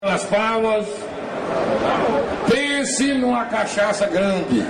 As palmas. Pense numa cachaça grande.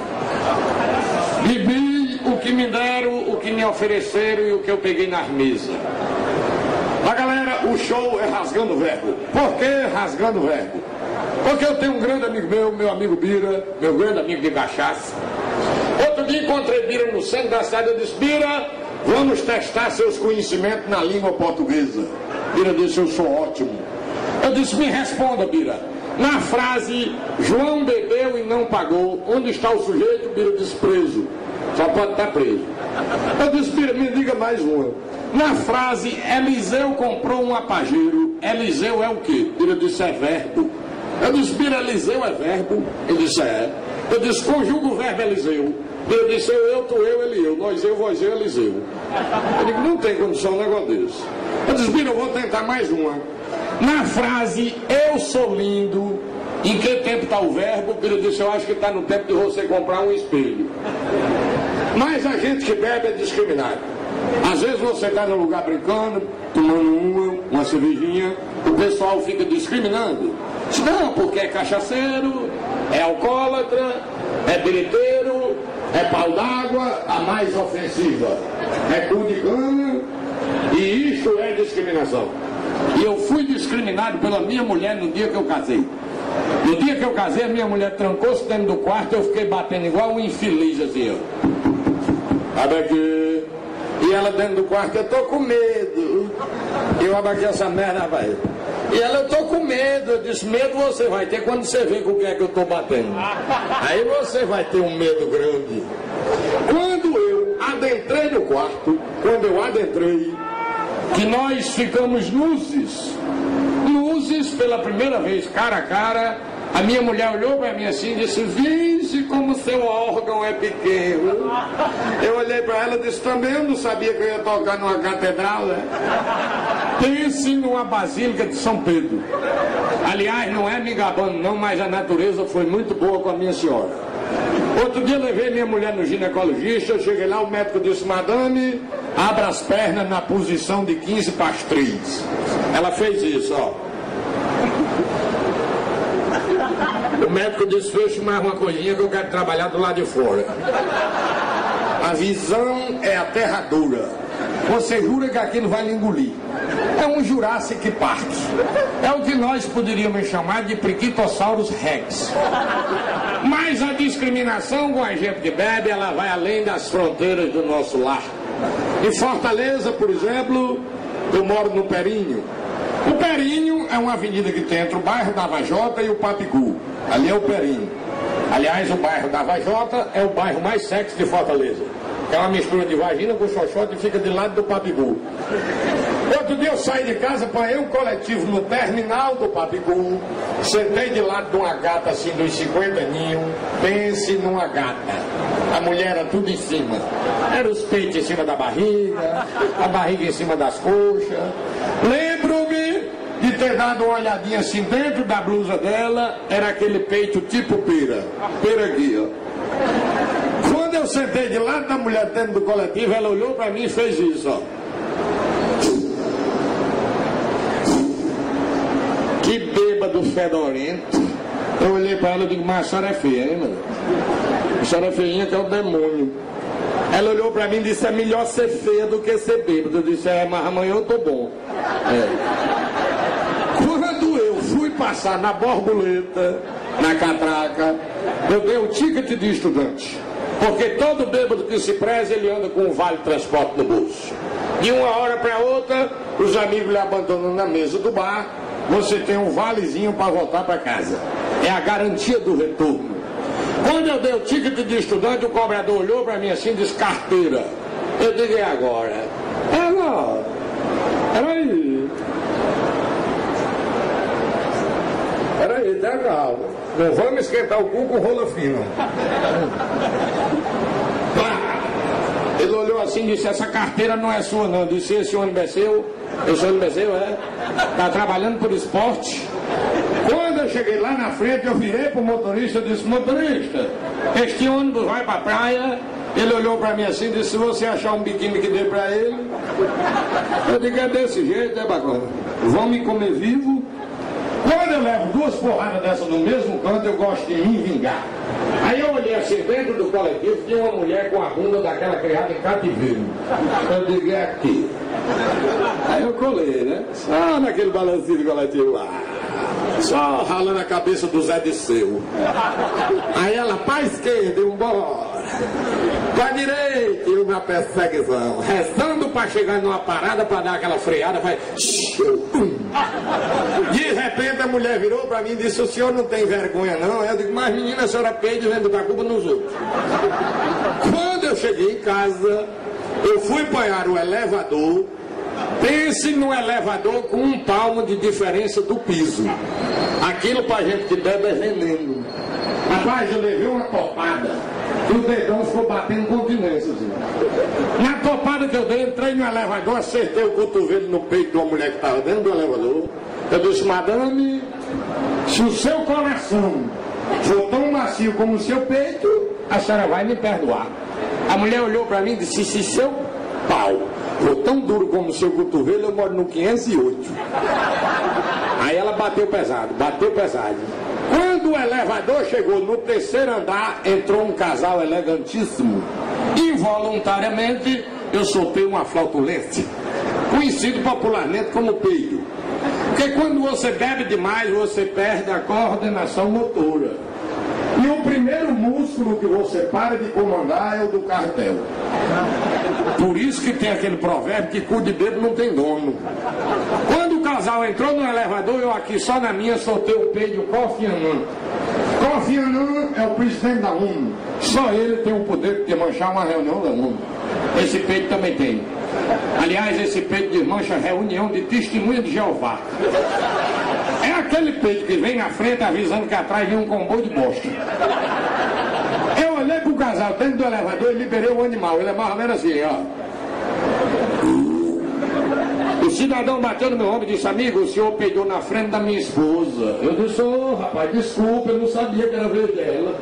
Bebi o que me deram, o que me ofereceram e o que eu peguei nas mesas. Mas galera, o show é rasgando o verbo. Por que rasgando o verbo? Porque eu tenho um grande amigo meu amigo Bira, meu grande amigo de cachaça. Outro dia encontrei Bira no centro da cidade. Eu disse: Bira, vamos testar seus conhecimentos na língua portuguesa. Bira disse: eu sou ótimo. Eu disse: me responda, Bira. Na frase João bebeu e não pagou, onde está o sujeito? Bira disse: preso. Só pode estar preso. Eu disse: Bira, me diga mais uma. Na frase Eliseu comprou um apageiro, Eliseu é o quê? Bira disse: é verbo. Eu disse: Bira, Eliseu é verbo? Ele disse: é. Eu disse: conjuga o verbo Eliseu. Bira disse: eu, tu, eu, ele, eu. Nós, eu, vós, eu, Eliseu. Eu digo: não tem condição um negócio desse. Eu disse: Bira, eu vou tentar mais uma. Na frase eu sou lindo, em que tempo está o verbo? Bira disse: eu acho que está no tempo de você comprar um espelho. Mas a gente que bebe é discriminado. Às vezes você está no lugar brincando, tomando uma cervejinha, o pessoal fica discriminando. Diz: não, porque é cachaceiro, é alcoólatra, é bilheteiro, é pau d'água, a mais ofensiva é cu de cana, e isso é discriminação. E eu fui discriminado pela minha mulher no dia que eu casei. No dia que eu casei, a minha mulher trancou-se dentro do quarto, eu fiquei batendo igual um infeliz assim, ó. Abre aqui. E ela dentro do quarto: eu tô com medo. Eu abro aqui essa merda, vai. E ela: eu tô com medo. Eu disse: medo você vai ter quando você vê com o que é que eu tô batendo. Aí você vai ter um medo grande. Quando eu adentrei no quarto, que nós ficamos nuzes pela primeira vez, cara a cara, a minha mulher olhou para mim assim e disse: vixe, como seu órgão é pequeno. Eu olhei para ela e disse: também eu não sabia que eu ia tocar numa catedral, né? Pense numa basílica de São Pedro. Aliás, não é me gabando não, mas a natureza foi muito boa com a minha senhora. Outro dia levei minha mulher no ginecologista, eu cheguei lá, o médico disse: madame, abra as pernas na posição de 15 para as 3. Ela fez isso, ó. O médico disse: feche mais uma coisinha que eu quero trabalhar do lado de fora. A visão é aterradora. Você jura que aquilo vai lhe engolir. É um Jurassic Park. É o que nós poderíamos chamar de Priquitosaurus Rex. Mas a discriminação com a gente que bebe, ela vai além das fronteiras do nosso lar. Em Fortaleza, por exemplo, eu moro no Perinho. O Perinho é uma avenida que tem entre o bairro da Vajota e o Papicu. Ali é o Perinho. Aliás, o bairro da Vajota é o bairro mais sexy de Fortaleza. É uma mistura de vagina com xoxota e fica de lado do Papicu. Outro dia eu saí de casa, apanhei um coletivo no terminal do Papicu, sentei de lado de uma gata assim dos 50 aninhos. Pense numa gata. A mulher era tudo em cima. Era os peitos em cima da barriga, a barriga em cima das coxas. Lembro-me de ter dado uma olhadinha assim dentro da blusa dela, era aquele peito tipo pera. Pera aqui, ó. Quando eu sentei de lado da mulher dentro do coletivo, ela olhou para mim e fez isso, ó. Que bêbado fedorento. Eu olhei para ela e digo: mas a senhora é feia, hein, mano? A senhora é feinha que é o demônio. Ela olhou para mim e disse: é melhor ser feia do que ser bêbado. Eu disse: é, mas amanhã eu tô bom. Quando eu fui passar na borboleta, na catraca, eu dei o ticket de estudante. Porque todo bêbado que se preza, ele anda com um vale transporte no bolso. De uma hora para outra, os amigos lhe abandonam na mesa do bar, você tem um valezinho para voltar para casa. É a garantia do retorno. Quando eu dei o ticket de estudante, o cobrador olhou para mim assim e disse: carteira. Eu digo: e agora? Ela, peraí, dá calma. Não vamos esquentar o cu com rola fina. Ele olhou assim e disse: essa carteira não é sua não. Eu disse: esse ônibus é seu? Esse ônibus é seu, é? Está trabalhando por esporte? Quando eu cheguei lá na frente, eu virei para o motorista e disse: motorista, este ônibus vai para a praia? Ele olhou para mim assim e disse: se você achar um biquíni que dê para ele. Eu digo: é desse jeito, é bacana. Vão me comer vivo? Quando eu levo 2 porradas dessas no mesmo canto, eu gosto de me vingar. Aí eu olhei assim, dentro do coletivo, tinha uma mulher com a bunda daquela criada em cativeiro. Eu digo, é aqui. Aí eu colei, né? Só naquele balancinho do coletivo lá. Só ralando a cabeça do Zé Disseu. Aí ela, pra esquerda, embora. Pra direita, e uma perseguição. Restando pra chegar numa parada, pra dar aquela freada, vai... De repente a mulher virou pra mim e disse, o senhor não tem vergonha não? Eu digo, mas menina, a senhora peide vendo da culpa nos outros. Quando eu cheguei em casa, eu fui apanhar o elevador. Pense no elevador com 1 palmo de diferença do piso. Aquilo pra gente que bebe é veneno. Rapaz, eu levei uma topada e o dedão ficou batendo continência assim. Na topada que eu dei, entrei no elevador, acertei o cotovelo no peito de uma mulher que estava dentro do elevador. Eu disse, madame, se o seu coração for tão macio como o seu peito, a senhora vai me perdoar. A mulher olhou pra mim e disse, se seu pau for tão duro como o seu cotovelo, eu moro no 508. Aí ela bateu pesado, bateu pesado. Quando o elevador chegou no 3º andar, entrou um casal elegantíssimo. Involuntariamente, eu soltei uma flautulência, conhecido popularmente como peido. Porque quando você bebe demais, você perde a coordenação motora. E o primeiro músculo que você para de comandar é o do cartel. Por isso que tem aquele provérbio que cu de dedo não tem dono. Quando o casal entrou no elevador, eu aqui só na minha soltei o peido Kofi Annan. Kofi Annan é o presidente da ONU. Só ele tem o poder de manchar uma reunião da ONU. Esse peito também tem. Aliás, esse peito desmancha reunião de testemunha de Jeová. É aquele peito que vem na frente avisando que atrás vem um comboio de bosta. Eu olhei pro casal dentro do elevador e liberei o animal. Ele é mais ou menos assim, ó. O cidadão bateu no meu ombro e disse, amigo, o senhor peidou na frente da minha esposa. Eu disse, ô rapaz, desculpa, eu não sabia que era a vez dela.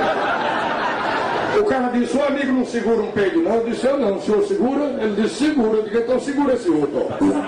O cara disse, o amigo não segura um peido não. Eu disse, eu não, o senhor segura? Ele disse, segura. Eu disse, então segura esse outro.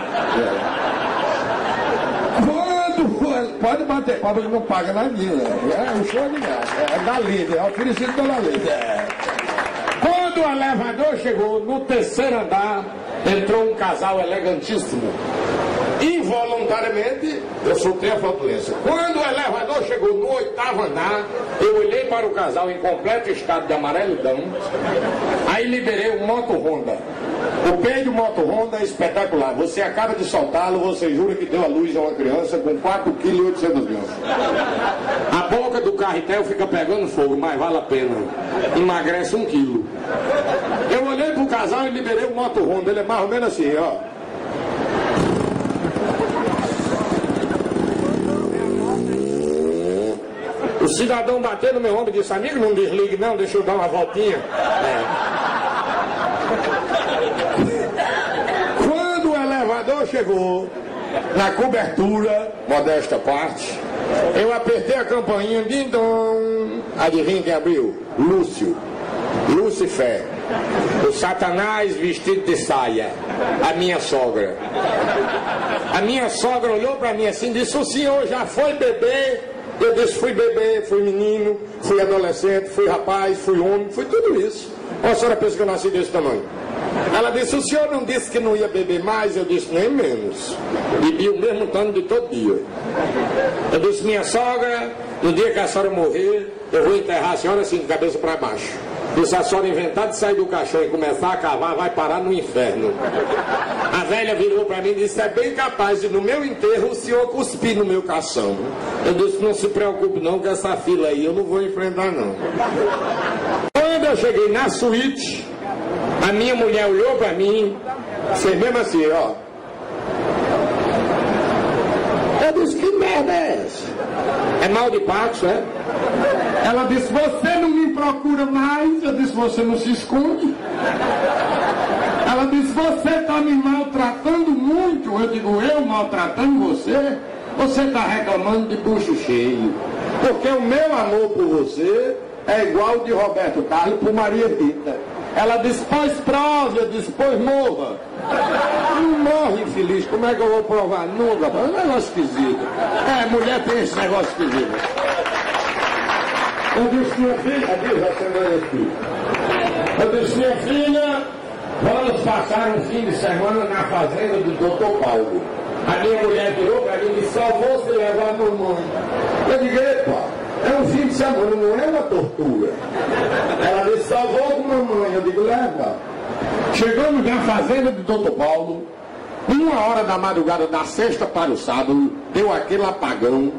Pode bater palma, ele não paga na minha. É um show de graça. É da líder, é oferecido pela líder. Quando o elevador chegou no 3º andar, entrou um casal elegantíssimo. Involuntariamente, eu soltei a flatulência. Quando o elevador chegou no 8º andar, eu olhei para o casal em completo estado de amarelidão. Aí liberei um moto Honda. O peido moto Honda é espetacular. Você acaba de soltá-lo, você jura que deu a luz a uma criança com 4,8 kg. A boca do carretel fica pegando fogo, mas vale a pena. Emagrece 1 quilo. Eu olhei pro casal e liberei o moto Honda. Ele é mais ou menos assim, ó. O cidadão bateu no meu ombro e disse, amigo, não desligue não, deixa eu dar uma voltinha. Quando o elevador chegou na cobertura, modesta parte, eu apertei a campainha, dindom. Adivinha quem abriu? Lúcio. Lúcifer. O Satanás vestido de saia. A minha sogra. A minha sogra olhou para mim assim e disse, o senhor já foi beber? Eu disse, fui bebê, fui menino, fui adolescente, fui rapaz, fui homem, fui tudo isso. A senhora pensa que eu nasci desse tamanho? Ela disse, o senhor não disse que não ia beber mais? Eu disse, nem menos. Bebi o mesmo tanto de todo dia. Eu disse, minha sogra, no dia que a senhora morrer, eu vou enterrar a senhora assim, de cabeça para baixo. Se a senhora inventar de sair do caixão e começar a cavar, vai parar no inferno. A velha virou para mim e disse, é bem capaz de no meu enterro o senhor cuspir no meu caixão. Eu disse, não se preocupe não, que essa fila aí eu não vou enfrentar não. Quando eu cheguei na suíte, a minha mulher olhou para mim, fez mesmo assim, ó. Eu disse, que merda é essa? É mal de pato, é? Ela disse, você não me procura mais. Eu disse, você não se esconde. Ela disse, você está me maltratando muito. Eu digo, eu maltratando você? Você está reclamando de bucho cheio. Porque o meu amor por você é igual de Roberto Carlos por Maria Rita. Ela disse, pois prove, eu disse, pois morra. Não morre, infeliz, como é que eu vou provar? Nunca, é um negócio esquisito. É, mulher tem esse negócio esquisito. Eu disse, minha filha, eu disse, minha filha, vamos passar um fim de semana na fazenda do Dr. Paulo. A minha mulher virou para mim e disse, só vou se levar a mamãe. Eu digo, epa, é um fim de semana, não é uma tortura. Ela disse, só vou com mamãe. Eu digo, leva. Chegamos na fazenda do Dr. Paulo, 1h da madrugada, da sexta para o sábado, deu aquele apagão.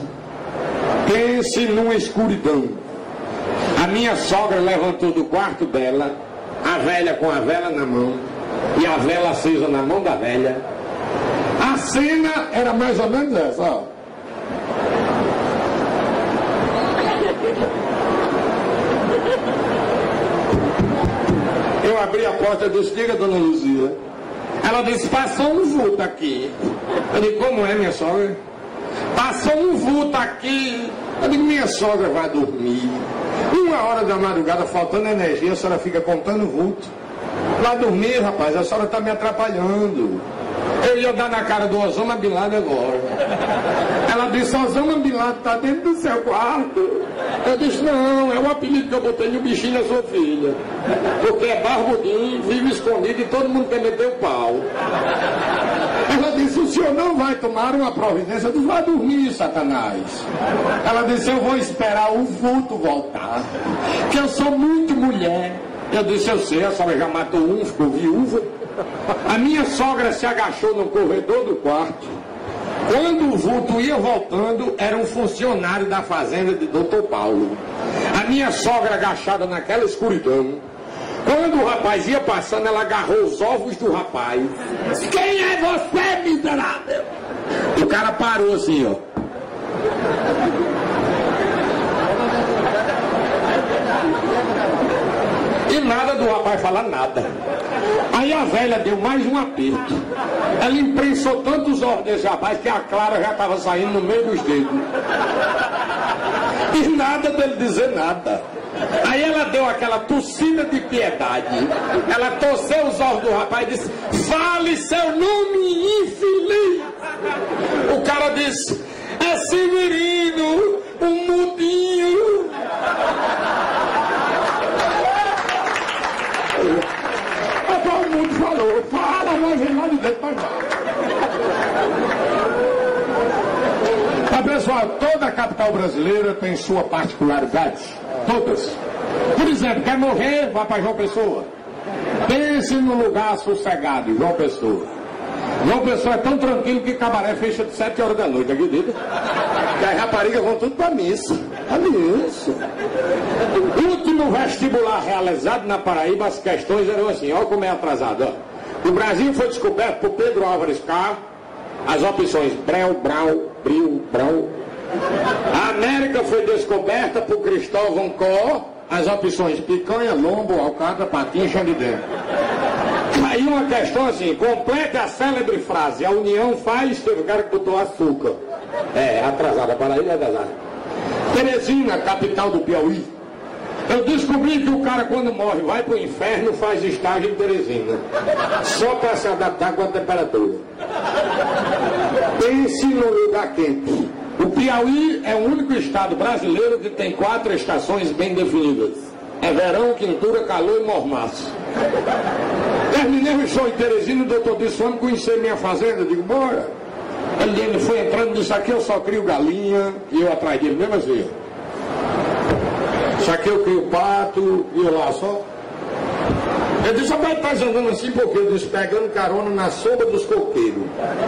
Pense numa escuridão. A minha sogra levantou do quarto dela, a velha com a vela na mão, e a vela acesa na mão da velha. A cena era mais ou menos essa, ó. Eu abri a porta e disse, diga, dona Luzia. Ela disse, passou um vulto aqui. Eu digo, como é, minha sogra? Passou um vulto aqui. Eu digo, minha sogra vai dormir. 1h da madrugada, faltando energia, a senhora fica contando vulto. Vai dormir, rapaz, a senhora está me atrapalhando. Eu ia dar na cara do Osama Bin Laden agora. Ela disse, Osama Bin Laden está dentro do seu quarto. Eu disse, não, é o apelido que eu botei no bichinho da sua filha. Porque é barbudinho, vive escondido e todo mundo quer meter o pau. Ela disse, o senhor não vai tomar uma providência? Eu disse, vai dormir, Satanás. Ela disse, eu vou esperar o vulto voltar, que eu sou muito mulher. Eu disse, eu sei, a senhora já matou um, ficou viúva. A minha sogra se agachou no corredor do quarto. Quando o vulto ia voltando, era um funcionário da fazenda de Dr. Paulo. A minha sogra agachada naquela escuridão. Quando o rapaz ia passando, ela agarrou os ovos do rapaz. Disse, quem é você, miserável? O cara parou assim, ó. E nada do rapaz falar nada. Aí a velha deu mais um aperto. Ela imprensou tanto os ovos desse rapaz que a clara já estava saindo no meio dos dedos. E nada dele dizer nada. Aí ela deu aquela tossida de piedade. Ela torceu os ovos do rapaz e disse, fale seu nome, infeliz. O cara disse, é Severino, o mudinho. Todo mundo falou, fala, vai vir lá de dentro para baixo. Pessoal, toda a capital brasileira tem sua particularidade. Todas. Por exemplo, quer morrer, vá para João Pessoa. Pense num lugar sossegado, João Pessoa. João Pessoa é tão tranquilo que Cabaré fecha de 7h da noite, acredita? Que as raparigas vão tudo para missa. A missa. Último vestibular realizado na Paraíba, as questões eram assim, olha como é atrasado. Ó. O Brasil foi descoberto por Pedro Álvares Cabral. As opções Breu, Brau, Bril, Brau. A América foi descoberta por Cristóvão Colombo. As opções picanha, lombo, alcatra, patinha, chão de dentro. Aí uma questão assim, complete a célebre frase, a união faz, teve cara que botou açúcar. É, atrasada, Paraíba é atrasada. Teresina, capital do Piauí. Eu descobri que o cara quando morre vai pro inferno, faz estágio em Teresina. Só para se adaptar com a temperatura. Pense no lugar quente. O Piauí é o único estado brasileiro que tem 4 estações bem definidas. É verão, quintura, calor e mormaço. Terminei o show em Teresina, o doutor disse, vamos conhecer minha fazenda. Eu digo, bora. Ele foi entrando, disse, aqui eu só crio galinha, e eu atrás dele, mesmo assim. Isso aqui eu crio pato, e eu lá só. Ele disse, rapaz, tá andando assim porque eu disse, pegando carona na sombra dos coqueiros.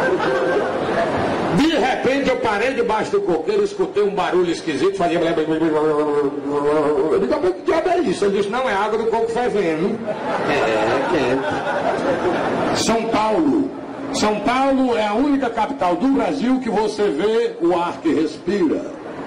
De repente eu parei debaixo do coqueiro, escutei um barulho esquisito, fazia... Eu digo, rapaz, que diabo é isso? Ele disse, não, é água do coco fervendo. É quente. São Paulo. São Paulo é a única capital do Brasil que você vê o ar que respira.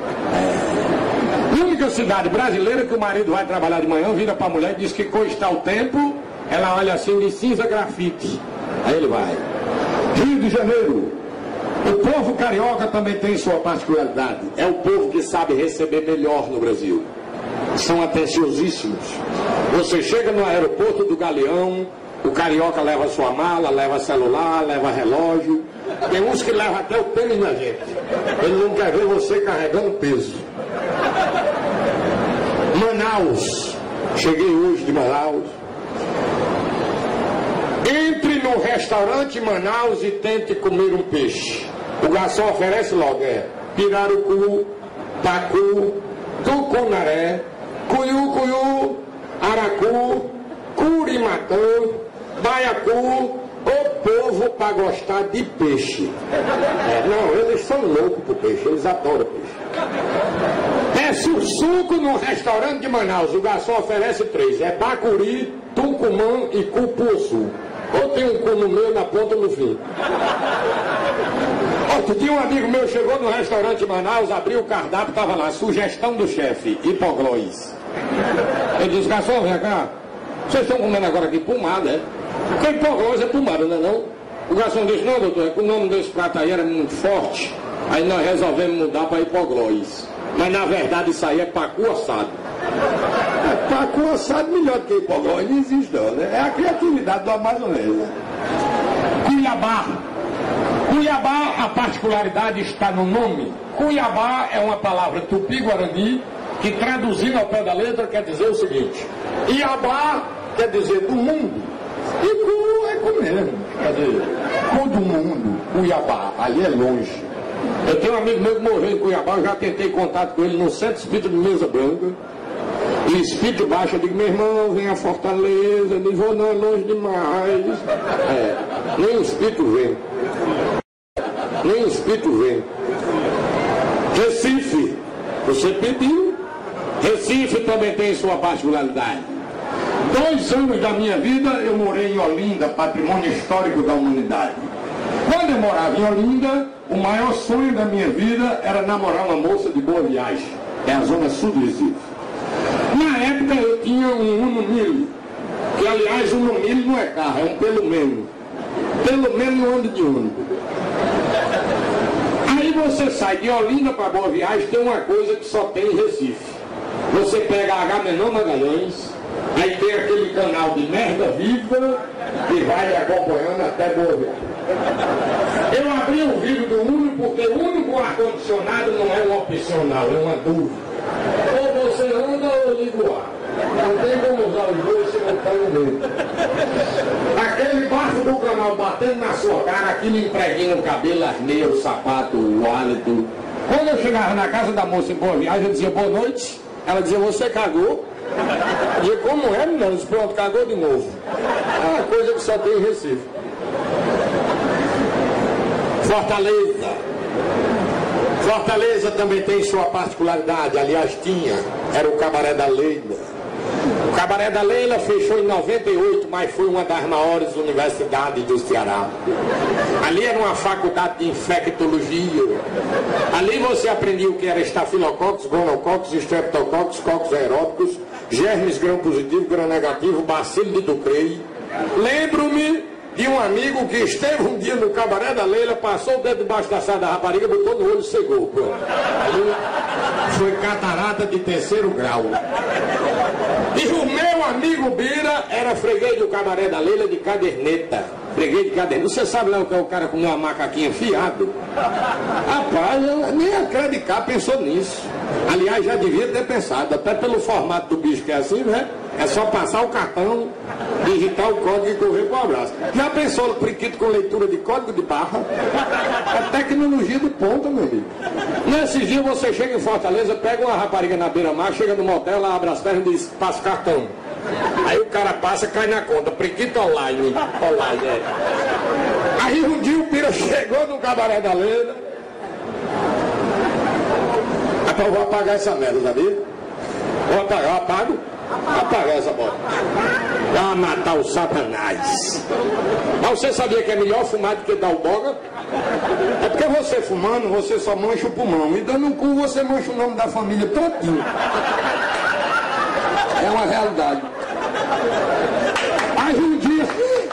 A única cidade brasileira que o marido vai trabalhar de manhã, vira para a mulher e diz que como está o tempo, ela olha assim de cinza grafite. Aí ele vai. Rio de Janeiro. O povo carioca também tem sua particularidade. É o povo que sabe receber melhor no Brasil. são atenciosíssimos. Você chega no aeroporto do Galeão, o carioca leva sua mala, leva celular, leva relógio. Tem uns que levam até o tênis na gente. Ele não quer ver você carregando peso. Manaus. Cheguei hoje de Manaus. Entre no restaurante em Manaus e tente comer um peixe. O garçom oferece logo, pirarucu, pacu, tucunaré, cuiu-cuiu, aracu, curimatã, baiacu, o povo para gostar de peixe. Não, eles são loucos por peixe, eles adoram peixe. Desce o suco no restaurante de Manaus, o garçom oferece 3, bacuri, tucumã e cupuaçu. Ou tem um cu no meio, na ponta ou no fim. Outro dia um amigo meu chegou no restaurante em Manaus, abriu o cardápio, estava lá, sugestão do chefe, hipoglós. Ele disse, garçom, vem cá, vocês estão comendo agora aqui pomada, é? Porque hipoglós é pomada, não é não? O garçom disse, não doutor, é que o nome desse prato aí era muito forte, aí nós resolvemos mudar para hipoglós. Mas na verdade isso aí é pacu assado. Pacu assado melhor do que hipoglós, não existe não, né? É a criatividade do amazonense. Cuiabá. Cuiabá, a particularidade está no nome. Cuiabá é uma palavra tupi-guarani que, traduzindo ao pé da letra, quer dizer o seguinte: Iabá quer dizer do mundo, e cu é cu mesmo, quer dizer, cu do mundo, Cuiabá, ali é longe. Eu tenho um amigo meu que morreu em Cuiabá, eu já tentei contato com ele no Centro Espírita de Mesa Branca, e espírito baixo, eu digo, meu irmão, vem a Fortaleza, não vou não, é longe demais. Nem o espírito vem. Nem o espírito vem. Recife, você pediu. Recife também tem sua particularidade. 2 anos da minha vida eu morei em Olinda, patrimônio histórico da humanidade. Quando eu morava em Olinda, o maior sonho da minha vida era namorar uma moça de Boa Viagem, que é a zona sul do Recife. Na época eu tinha um Uno Mille, que aliás Uno Mille não é carro, é um pelo menos. Pelo menos não ando de Uno. Aí você sai de Olinda para Boa Viagem, tem uma coisa que só tem em Recife. Você pega a Agamenon Magalhães, aí tem aquele canal de merda viva e vai acompanhando até Boa Viagem. Eu abri o vidro do Uno porque o Uno com ar-condicionado não é um opcional, é uma dúvida. Ou você anda ou liga o ar. Não tem como usar os dois simultaneamente. Aquele bafo do canal batendo na sua cara, aquilo impregna o cabelo, as meias, o sapato, o hálito. Quando eu chegava na casa da moça em Boa Viagem, eu dizia boa noite. Ela dizia, você cagou? Eu dizia, como é? Não, disse, pronto, cagou de novo. É uma coisa que só tem em Recife. Fortaleza. Fortaleza também tem sua particularidade, aliás tinha, era o Cabaré da Leila. O Cabaré da Leila fechou em 98, mas foi uma das maiores universidades do Ceará. Ali era uma faculdade de infectologia. Ali você aprendia o que era estafilococcus, gonococcus, streptococcus, cocos aeróbicos, germes gram-positivo, gram-negativo, bacilo de Ducrey. Lembro-me de um amigo que esteve um dia no Cabaré da Leila, passou o dedo debaixo da saia da rapariga, botou no olho e cegou. Pronto. Aí foi catarata de 3º grau. E o meu amigo Bira era freguês do Cabaré da Leila de caderneta. Freguês de caderneta. Você sabe lá o que é o cara com uma macaquinha fiado? Rapaz, eu nem acreditar pensou nisso. Aliás, já devia ter pensado, até pelo formato do bicho que é assim, né? É só passar o cartão, digitar o código e correr para o abraço. Já pensou no priquito com leitura de código de barra? É tecnologia de ponta, meu amigo. Nesses dias você chega em Fortaleza, pega uma rapariga na beira-mar, chega no motel, ela abre as pernas e diz, passa o cartão. Aí o cara passa, cai na conta, priquito online. Aí um dia o Pira chegou no Cabaré da Leila. Rapaz, eu vou apagar essa merda, sabia? Vou apagar, eu apago. Apagar essa bola. Vai matar o Satanás. Mas você sabia que é melhor fumar do que dar o boga? É porque você fumando, você só mancha o pulmão. E dando um cu, você mancha o nome da família todinho. É uma realidade. Aí um dia,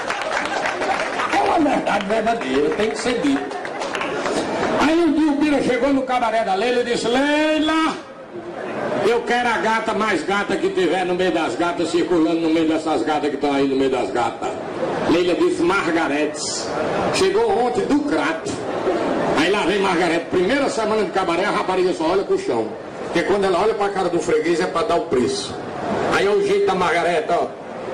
é uma verdade verdadeira, tem que ser dito. Aí um dia o Bira chegou no Cabaré da Leila e disse, Leila, Eu quero a gata mais gata que tiver no meio das gatas, circulando no meio dessas gatas que estão aí no meio das gatas. Leila disse Margaretes. Chegou ontem do Crato. Aí lá vem Margarete. Primeira semana de cabaré, a rapariga só olha pro chão. Porque quando ela olha pra cara do freguês é pra dar o preço. Aí é o jeito da Margarete, ó.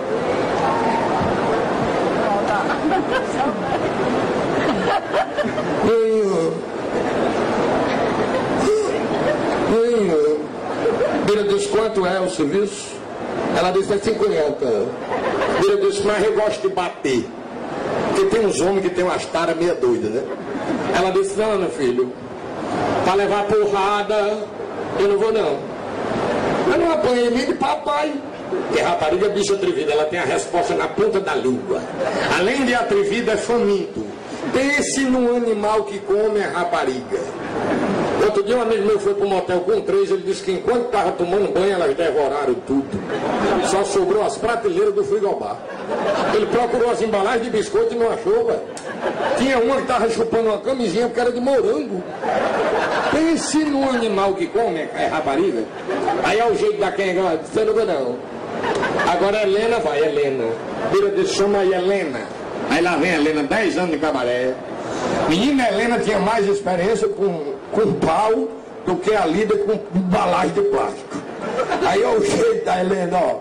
Bira disse, quanto é o serviço? Ela disse, é 50. Bira disse, mas eu gosto de bater. Porque tem uns homens que tem umas taras meia doidas, né? Ela disse, não, meu filho, pra levar porrada, eu não vou não. Eu não apanhei nem de papai. Porque rapariga é bicho atrevida, ela tem a resposta na ponta da língua. Além de atrevida, é faminto. Pense num animal que come a rapariga. Outro dia um amigo meu foi para um motel com 3, ele disse que enquanto estava tomando banho, elas devoraram tudo. Só sobrou as prateleiras do frigobar. Ele procurou as embalagens de biscoito e não achou, velho. Tinha uma que estava chupando uma camisinha porque era de morango. Pense num animal que come a rapariga. Aí é o jeito da quem agora, você não vê não. Agora a Helena vai, Helena. Vira de chama aí, Helena. Aí lá vem a Helena, 10 anos de cabaré. Menina Helena tinha mais experiência com pau do que a Lida com embalagem de plástico. Aí é o jeito da Helena, ó.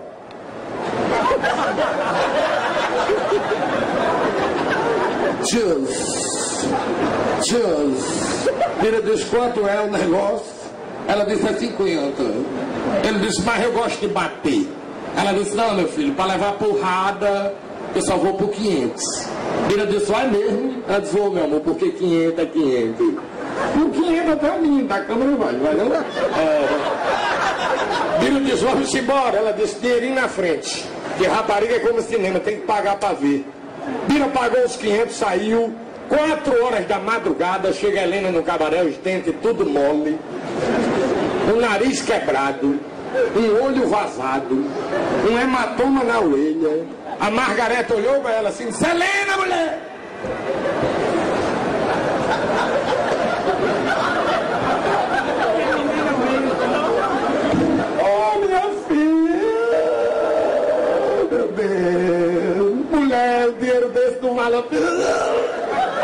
Tchus. Vira disse, quanto é o negócio? Ela disse, é 50. Ele disse, mas eu gosto de bater. Ela disse, não, meu filho, para levar porrada, eu só vou por 500. Bira disse, vai mesmo? Ela disse, ô meu amor, porque 500 é 500. Por 500 até o menino da câmera não vai não? Bira disse, vamos embora. Ela disse, dinheirinho na frente. Porque rapariga é como cinema, tem que pagar para ver. Bira pagou os 500, saiu. 4 horas da madrugada, chega a Helena no cabaré, os dentes tudo mole, o nariz quebrado, um olho vazado, um hematoma na orelha. A Margarete olhou para ela assim, disse, Helena, mulher! Oh, minha filha! Meu Deus! Mulher, o dinheiro desse não vale a pena!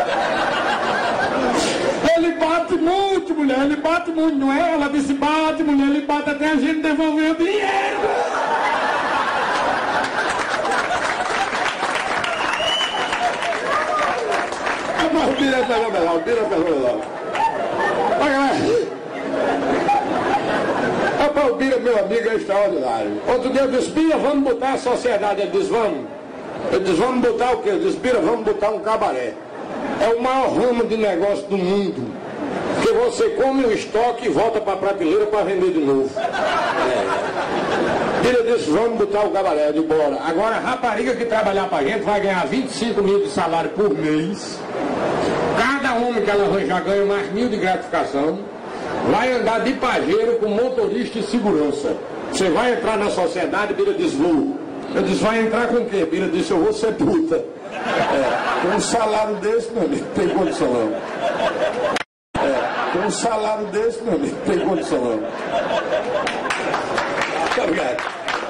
Ele bate muito, mulher, ele bate muito, não é? Ela disse, bate, mulher, ele bate até a gente devolver o dinheiro. Mas o Bira é fenomenal, o Bira é fenomenal. Olha, galera. Rapaz, o Bira, meu amigo, é extraordinário. Outro dia eu disse, Bira, vamos botar a sociedade. Ele disse, vamos. Eu disse, vamos botar o quê? Eu disse, Bira, vamos botar um cabaré. É o maior ramo de negócio do mundo. Porque você come o estoque e volta para a prateleira para vender de novo. Bira disse, vamos botar o cabaré de bora. Agora a rapariga que trabalhar para a gente vai ganhar 25 mil de salário por mês. Cada homem que ela arranjar ganha mais 1.000 de gratificação. Vai andar de pajeiro com motorista e segurança. Você vai entrar na sociedade, Bira diz, vou. Eu disse, vai entrar com o quê? Bira disse, eu vou ser puta. Com um salário desse, meu amigo, tem condição não. Com um salário desse, meu amigo, tem condição não. Muito obrigado.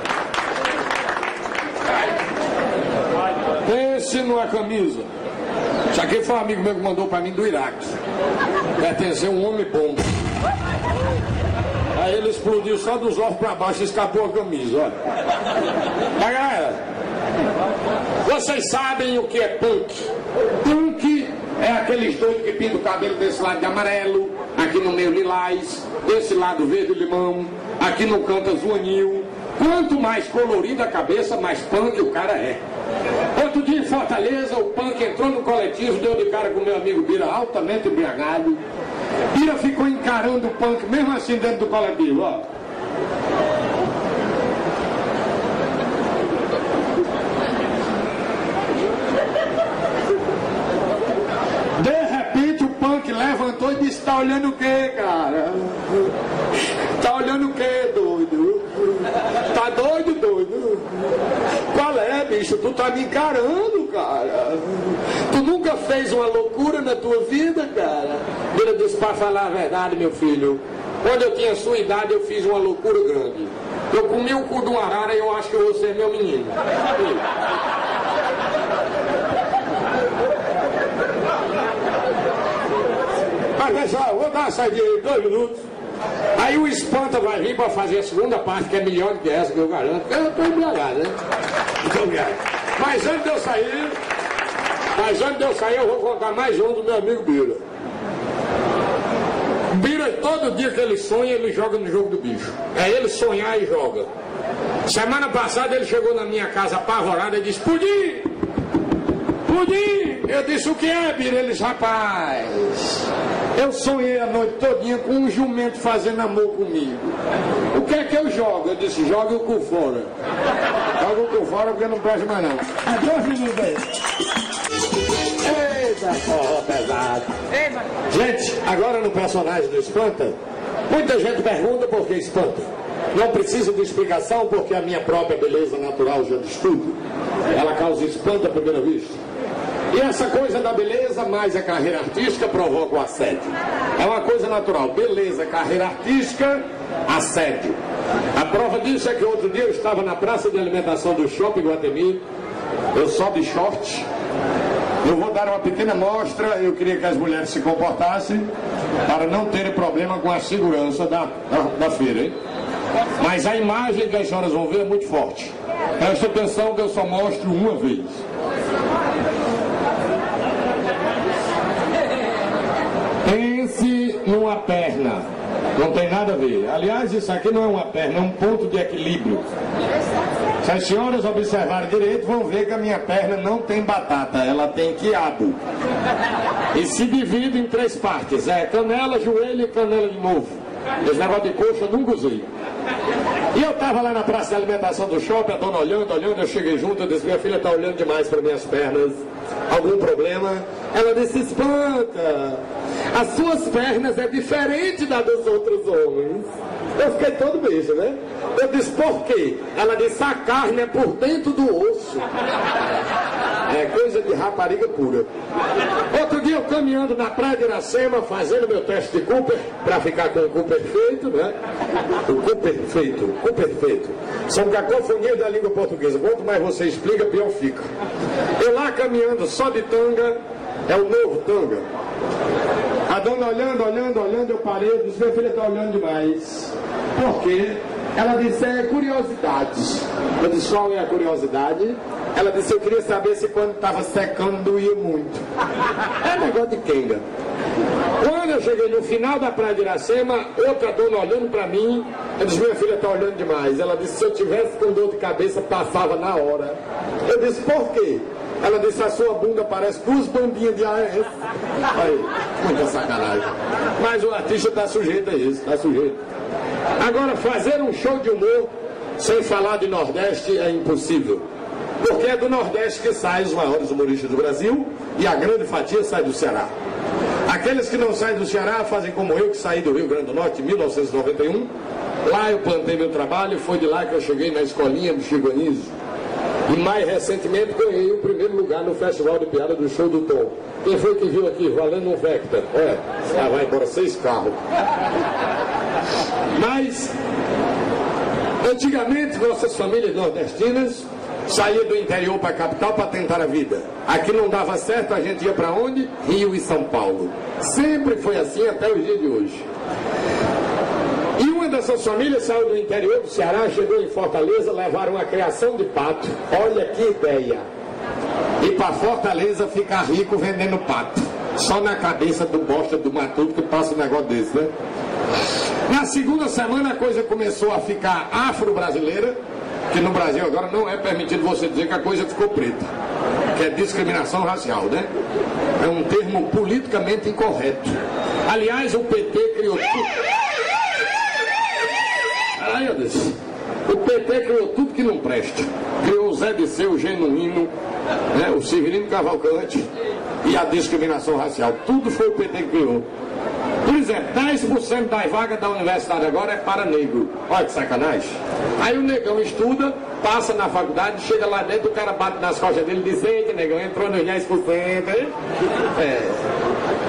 Pense numa camisa. Isso aqui foi um amigo meu que mandou pra mim do Iraque. Pertenceu a um homem bom. Aí ele explodiu só dos ovos pra baixo e escapou a camisa, olha. Mas galera, vocês sabem o que é punk? Punk é aqueles doidos que pintam o cabelo desse lado de amarelo, aqui no meio lilás, desse lado verde limão, aqui no canto azul anil. Quanto mais colorida a cabeça, mais punk o cara é. Outro dia em Fortaleza, o punk entrou no coletivo, deu de cara com o meu amigo Bira, altamente embriagado. Bira ficou encarando o punk, mesmo assim dentro do coletivo, ó. De repente o punk levantou e disse, tá olhando o quê, cara? Tá olhando o quê, doido? Tá doido, doido? Qual é, bicho? Tu tá me encarando, cara. Tu nunca fez uma loucura na tua vida, cara? Bira disse, pra falar a verdade, meu filho, Quando eu tinha sua idade, eu fiz uma loucura grande. Eu comi o cu de uma arara e eu acho que eu vou ser meu menino. Mas pessoal, vou dar uma saidinha aí, 2 minutos. Aí o Espanta vai vir para fazer a segunda parte, que é melhor do que essa, que eu garanto. Eu estou embriagado, né? Muito obrigado. Mas antes de eu sair, eu vou contar mais um do meu amigo Bira. Bira, todo dia que ele sonha, ele joga no jogo do bicho. É ele sonhar e joga. Semana passada ele chegou na minha casa apavorado e disse: Pudim! Pudim! Eu disse: o que é, Bira? Ele disse: rapaz, eu sonhei a noite todinha com um jumento fazendo amor comigo. O que é que eu jogo? Eu disse: joga o cu fora. Joga o cu fora porque não presta mais não. Adeus, menino bem. Eita, porra pesado. Gente, agora no personagem do Espanta, muita gente pergunta por que Espanta. Não preciso de explicação porque a minha própria beleza natural já diz tudo. Ela causa espanto à primeira vista. E essa coisa da beleza mais a carreira artística provoca o assédio. É uma coisa natural. Beleza, carreira artística, assédio. A prova disso é que outro dia eu estava na praça de alimentação do Shopping Guatemi. Eu só de short. Eu vou dar uma pequena mostra. Eu queria que as mulheres se comportassem para não terem problema com a segurança da feira, hein? Mas a imagem que as senhoras vão ver é muito forte. Presta atenção que eu só mostro uma vez. Pense numa perna. Não tem nada a ver. Aliás, isso aqui não é uma perna, é um ponto de equilíbrio. Se as senhoras observarem direito, vão ver que a minha perna não tem batata, ela tem quiabo. E se divide em 3 partes. É canela, joelho e canela de novo. Esse negócio de coxa eu nunca usei. E eu estava lá na praça de alimentação do shopping, a dona olhando, eu cheguei junto, eu disse: minha filha está olhando demais para minhas pernas, algum problema? Ela disse: Espanta, as suas pernas é diferente da dos outros homens. Eu fiquei todo beijo, né? Eu disse: por quê? Ela disse: a carne é por dentro do osso. É coisa de rapariga pura. Outro dia eu caminhando na praia de Iracema, fazendo meu teste de Cooper, para ficar com o cu perfeito, né? O cu perfeito. São cacofonias da língua portuguesa. Quanto mais você explica, pior fica. Eu lá caminhando só de tanga, é o novo tanga. A dona olhando, eu parei, eu disse: minha filha está olhando demais. Por quê? Ela disse: é curiosidade. Eu disse: qual é a curiosidade? Ela disse: eu queria saber se quando estava secando doía muito. É negócio de quenga. Quando eu cheguei no final da praia de Iracema, outra dona olhando para mim, eu disse: minha filha está olhando demais. Ela disse: se eu tivesse com dor de cabeça, passava na hora. Eu disse: por quê? Ela disse: a sua bunda parece 2 bombinhas de ARS. Aí, muita sacanagem. Mas o artista está sujeito a isso, está sujeito. Agora, fazer um show de humor sem falar de Nordeste é impossível. Porque é do Nordeste que saem os maiores humoristas do Brasil e a grande fatia sai do Ceará. Aqueles que não saem do Ceará fazem como eu, que saí do Rio Grande do Norte em 1991. Lá eu plantei meu trabalho e foi de lá que eu cheguei na escolinha do Chico Anísio. E mais recentemente ganhei o primeiro lugar no Festival de Piada do Show do Tom. Quem foi que viu aqui valendo um Vector? Olha, vai embora 6 carros. Mas, antigamente, nossas famílias nordestinas saíam do interior para a capital para tentar a vida. Aqui não dava certo, a gente ia para onde? Rio e São Paulo. Sempre foi assim até os dias de hoje. E uma dessas famílias saiu do interior do Ceará, chegou em Fortaleza, levaram a criação de pato. Olha que ideia! E para Fortaleza ficar rico vendendo pato. Só na cabeça do bosta do matuto que passa um negócio desse, né? Na segunda semana a coisa começou a ficar afro-brasileira, que no Brasil agora não é permitido você dizer que a coisa ficou preta, que é discriminação racial, né? É um termo politicamente incorreto. Aliás, o PT criou tudo. Aí eu disse, o PT criou tudo que não presta. Criou o Zé Disseu, o Genuíno, né? O Severino Cavalcante e a discriminação racial. Tudo foi o PT que criou. Por exemplo, 10% das vagas da universidade agora é para negro. Olha que sacanagem. Aí o negão estuda, passa na faculdade, chega lá dentro, o cara bate nas costas dele e diz: eita, negão, entrou nos 10%, hein? Pois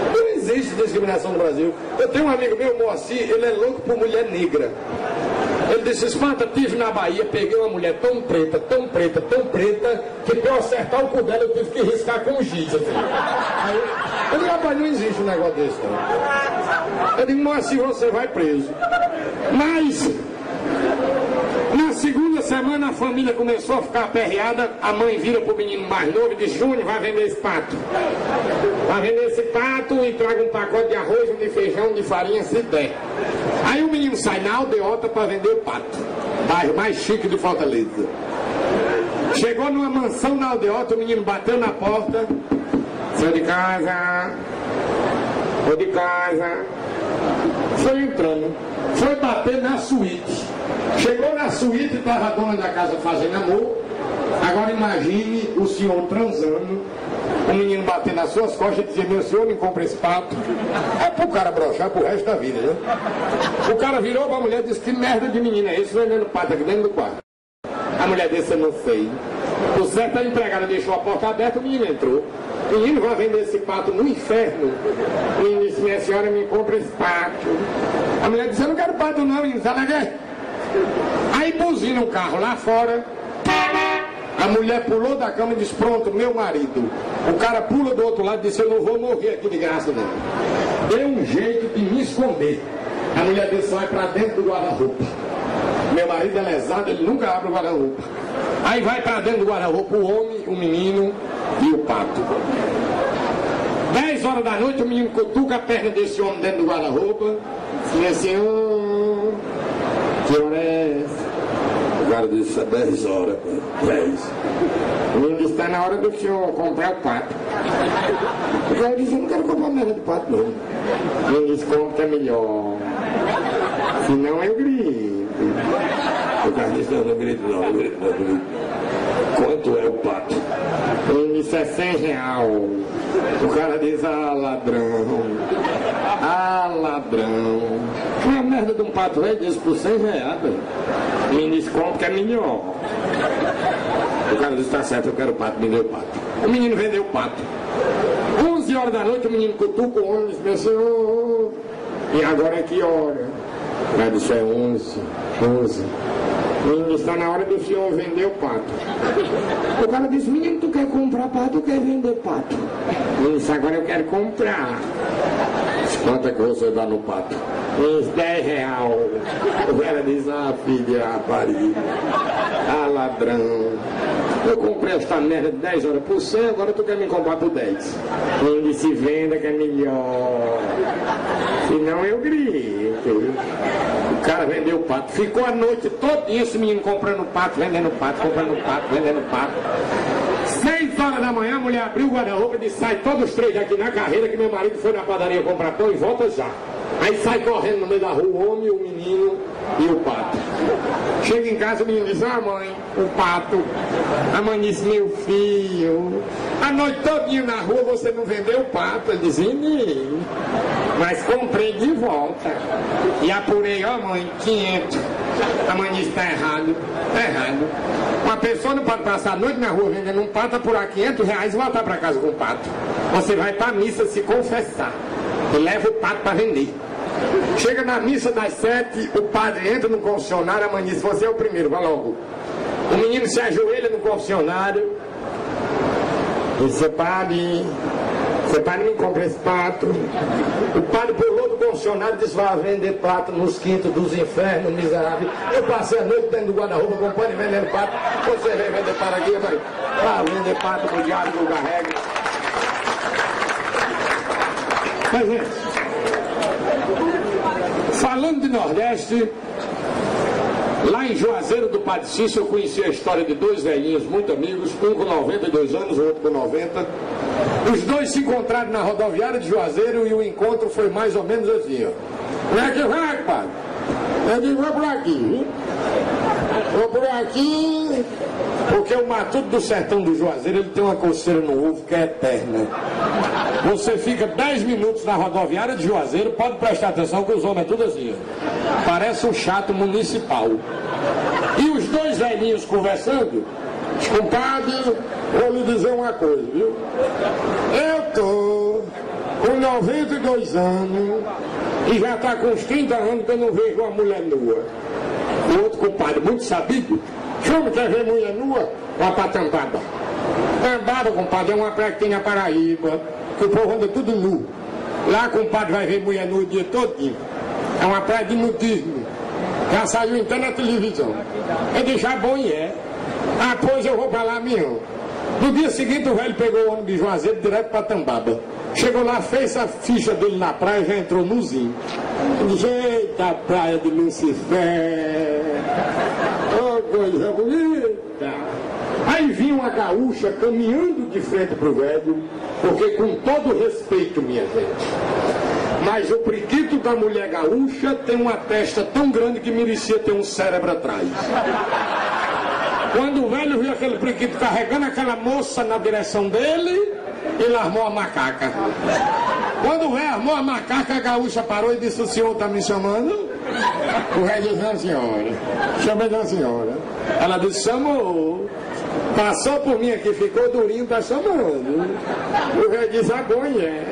existe discriminação no Brasil. Eu tenho um amigo meu, Moacir, ele é louco por mulher negra. Ele disse, Espanta, tive na Bahia, peguei uma mulher tão preta, tão preta, tão preta, que para eu acertar o cu dela eu tive que riscar com giz. Assim. Aí, eu digo, rapaz, não existe um negócio desse, não. Eu digo, Moacir, você vai preso. Mas, na segunda semana a família começou a ficar aperreada, a mãe vira pro menino mais novo e diz, Júnior, vai vender esse pato. Vai vender esse pato e traga um pacote de arroz, um de feijão, de farinha, se der. Aí o menino sai na aldeota para vender o pato, bairro mais chique de Fortaleza. Chegou numa mansão na aldeota, o menino bateu na porta, saiu de casa, foi de casa, foi entrando, foi bater na suíte. Chegou na suíte, estava a dona da casa fazendo amor. Agora imagine o senhor transando, o menino batendo nas suas costas e dizer, meu senhor, me compra esse pato. É pro cara broxar pro resto da vida, né? O cara virou pra mulher e disse, que merda de menino é esse vendendo pato aqui dentro do quarto? A mulher disse, eu não sei. O certo, a empregada deixou a porta aberta, o menino entrou. O menino vai vender esse pato no inferno. O menino disse, minha senhora, me compra esse pato. A mulher disse, eu não quero pato não, menino, sabe o que é? Aí buzina um carro lá fora. A mulher pulou da cama e disse, pronto, meu marido. O cara pula do outro lado e disse, eu não vou morrer aqui de graça não. Deu um jeito de me esconder. A mulher disse, vai pra dentro do guarda-roupa. Meu marido é lesado, ele nunca abre o guarda-roupa. Aí vai pra dentro do guarda-roupa o homem, o menino e o pato. 10 horas da noite o menino cutuca a perna desse homem dentro do guarda-roupa. E assim, que hora é essa? O cara disse, 10 horas, 10. O menino disse, está na hora do senhor comprar o pato. O cara disse, eu não quero comprar nada de pato, não. O menino disse, compra que é melhor. Senão eu grito. O cara disse, não grito não, não grito não, grito. Quanto é o pato? O menino disse, é R$100. O cara diz, ah, ladrão. Ah, ladrão. Uma merda de um pato velho disse por R$100, velho. O menino disse, compra que é melhor. O cara disse, tá certo, eu quero o pato, me deu o pato. O menino vendeu o pato. 11 horas da noite o menino cutuca o homem e disse, meu senhor, e agora é que hora? O cara disse, é 11. O menino disse, está na hora do senhor vender o pato. O cara disse, menino, tu quer comprar pato ou quer vender pato? O menino disse, agora eu quero comprar. Quanto é que você dá no pato? Uns R$10. O cara diz, ah, filha, rapariga. Ah, ladrão. Eu comprei esta merda de 10 horas por 100, agora tu quer me comprar por 10. Ele disse, venda que é melhor. Senão eu grito. O cara vendeu o pato. Ficou a noite todinha esse menino comprando pato, vendendo pato, comprando pato, vendendo pato. 6 horas da manhã a mulher abriu o guarda-roupa e disse, sai todos os três aqui na carreira que meu marido foi na padaria comprar pão e volta já. Aí sai correndo no meio da rua o homem, o menino e o pato. Chega em casa, o menino diz, ah mãe, o pato. A mãe disse, meu filho, a noite todinha na rua você não vendeu o pato. Ele disse, menino, mas comprei de volta. E apurei, ó mãe, 500. A mãe disse, tá errado, tá errado. Uma pessoa não pode passar a noite na rua vendendo um pato, apurar R$500 e voltar para casa com o pato. Você vai para a missa se confessar e leva o pato para vender. Chega na missa das 7, o padre entra no confessionário, a mãe diz, você é o primeiro, vai logo. O menino se ajoelha no confessionário e disse, padre, me compra esse pato. O padre pulou do confessionário e disse, vai vender pato nos quintos dos infernos, miserável. Eu passei a noite dentro do guarda-roupa comprando e vendendo pato. Você vem vender pato aqui, vai vender pato pro diabo do carrega. Mas, gente, falando de Nordeste, lá em Juazeiro do Padre Cícero eu conheci a história de dois velhinhos muito amigos, um com 92 anos, o outro com 90. Os dois se encontraram na rodoviária de Juazeiro e o encontro foi mais ou menos assim, ó. Como é que vai, padre? Eu digo, vou por aqui, viu? Vou por aqui, porque o matuto do sertão do Juazeiro, ele tem uma coceira no ovo que é eterna. Você fica 10 minutos na rodoviária de Juazeiro, pode prestar atenção que os homens é tudo assim, ó. Parece um chato municipal. E os dois velhinhos conversando, compadre, vou lhe dizer uma coisa, viu? Eu tô com 92 anos, e já está com uns 30 anos que eu não vejo uma mulher nua. O outro compadre, muito sabido, chama, quer ver mulher nua? Vai pra Tambaba. Tambaba, compadre, é uma praia que tem na Paraíba, que o povo anda tudo nu. Lá, compadre, vai ver mulher nua o dia todinho. É uma praia de nudismo. Já saiu até na televisão. Eu disse, ah, bom, e é. Ah, pois eu vou pra lá, minhão. No dia seguinte, o velho pegou o ônibus de Juazeiro direto pra Tambaba. Chegou lá, fez a ficha dele na praia e já entrou nuzinho. Eu disse, eita, praia de Lucifer. Oh, coisa bonita. Aí vinha uma gaúcha caminhando de frente pro velho, porque com todo respeito, minha gente, mas o priquito da mulher gaúcha tem uma testa tão grande que merecia ter um cérebro atrás. Quando o velho viu aquele priquito carregando aquela moça na direção dele, ele armou a macaca. Quando o velho armou a macaca, a gaúcha parou e disse, o senhor está me chamando? O velho disse, não, senhora. Chamei da senhora. Ela disse, chamou. Passou por mim aqui, ficou durinho, está chamando. O velho disse, agonha.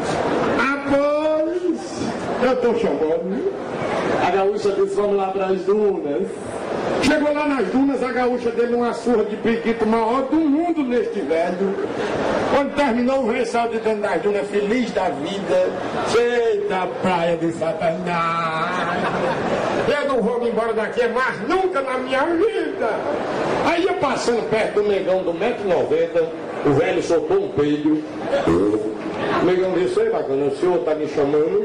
Após, eu estou chamando. A gaúcha disse, vamos lá para as dunas. Chegou lá nas dunas, a gaúcha deu uma surra de priquito maior do mundo neste velho. Quando terminou o ressalto de dentro das dunas, feliz da vida, eita praia de Satanás, eu não vou me embora daqui mais nunca na minha vida. Aí eu passando perto do negão do 1,90 m, o velho soltou um peido. O negão disse, ei, bacana, o senhor está me chamando?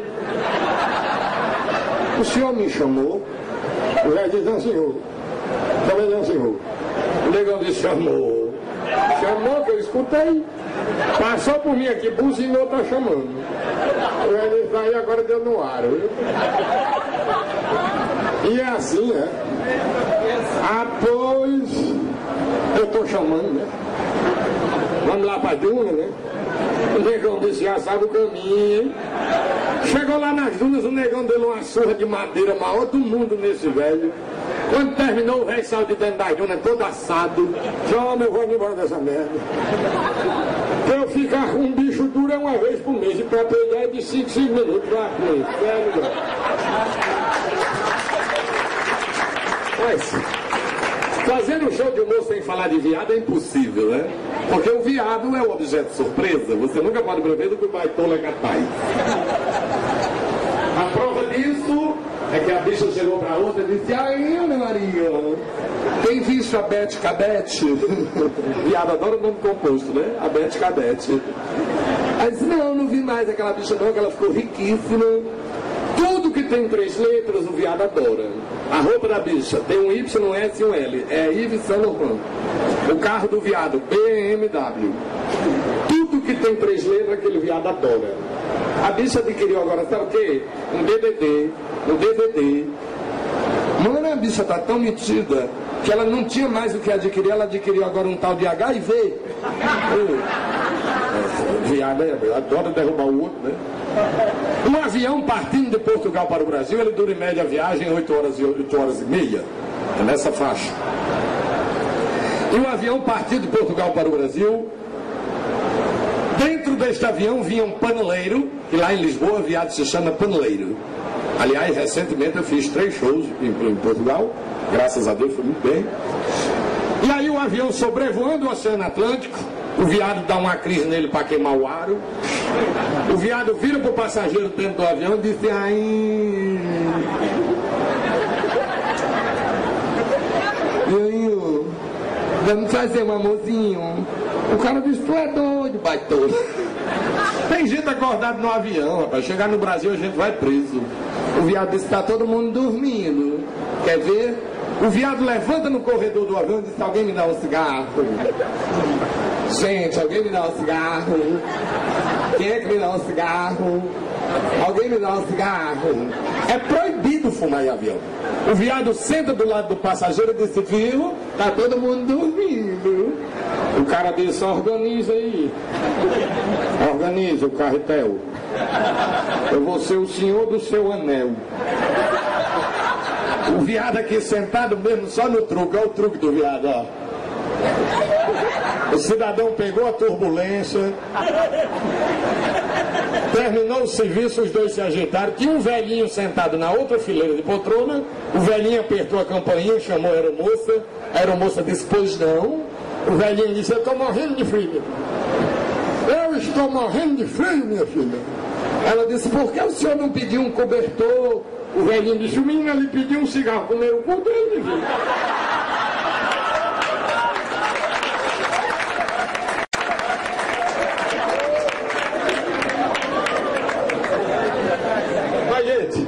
O senhor me chamou? O velho disse, não, senhor. Também não, senhor. O negão disse, chamou. Chamou, que eu escutei. Passou por mim aqui, buzinou, tá chamando. O velho disse, aí agora deu no ar, viu? E é assim, né? Ah, pois, eu tô chamando, né? Vamos lá pra duna, né? O negão disse, já sabe o caminho, hein? Chegou lá nas dunas, o negão deu uma surra de madeira maior do mundo nesse velho. Quando terminou, o velho saiu de dentro das dunas todo assado. Chama, eu vou me embora dessa merda. Pra eu ficar com um bicho duro é uma vez por mês, e pra pegar é de 5 minutos. Vai pro inferno. Mas, fazendo um show de humor sem falar de viado é impossível, né? Porque o viado é o objeto de surpresa. Você nunca pode prever do que o baitola é capaz. A prova disso é que a bicha chegou pra outra e disse, ai, meu Maria, tem visto a Bete Cabete? Viado adora o nome composto, né? A Bete Cabete. Aí disse, não vi mais aquela bicha não, que ela ficou riquíssima. Tudo que tem 3 letras, o viado adora. A roupa da bicha tem um Y, um S e um L. É Yves Saint Laurent. O carro do viado, BMW. Tudo que tem 3 letras, aquele viado adora. A bicha adquiriu agora, sabe o quê? Um DVD. Mano, a bicha tá tão metida que ela não tinha mais o que adquirir, ela adquiriu agora um tal de HIV. Viado adora derrubar o outro, né? Um avião partindo de Portugal para o Brasil, ele dura em média a viagem 8 horas e meia. É nessa faixa. E um avião partindo de Portugal para o Brasil, dentro deste avião vinha um paneleiro, que lá em Lisboa, viado, se chama paneleiro. Aliás, recentemente eu fiz 3 shows em Portugal, graças a Deus foi muito bem. E aí o avião sobrevoando o Oceano Atlântico, o viado dá uma crise nele para queimar o aro. O viado vira pro passageiro dentro do avião e diz, ai, vamos fazer um amorzinho. O cara diz, tu é doido, baitola. Tem gente acordada no avião, rapaz. Chegar no Brasil a gente vai preso. O viado disse, tá todo mundo dormindo. Quer ver? O viado levanta no corredor do avião e diz, alguém me dá um cigarro? Gente, alguém me dá um cigarro? Quem é que me dá um cigarro? Alguém me dá um cigarro? É proibido fumar em avião. O viado senta do lado do passageiro e disse, viu? Tá todo mundo dormindo. O cara disse, organiza aí. Organiza o carretel. Eu vou ser o senhor do seu anel. O viado aqui sentado mesmo só no truque. Olha o truque do viado, ó. O cidadão pegou a turbulência, terminou o serviço, os dois se ajeitaram. Tinha um velhinho sentado na outra fileira de poltrona. O velhinho apertou a campainha, chamou a aeromoça. A aeromoça disse, pois não. O velhinho disse, eu estou morrendo de frio. Eu estou morrendo de frio, minha filha. Ela disse, por que o senhor não pediu um cobertor? O velhinho disse, o menino ali pediu um cigarro, comeu o cu dele, minha filha. Mas, gente,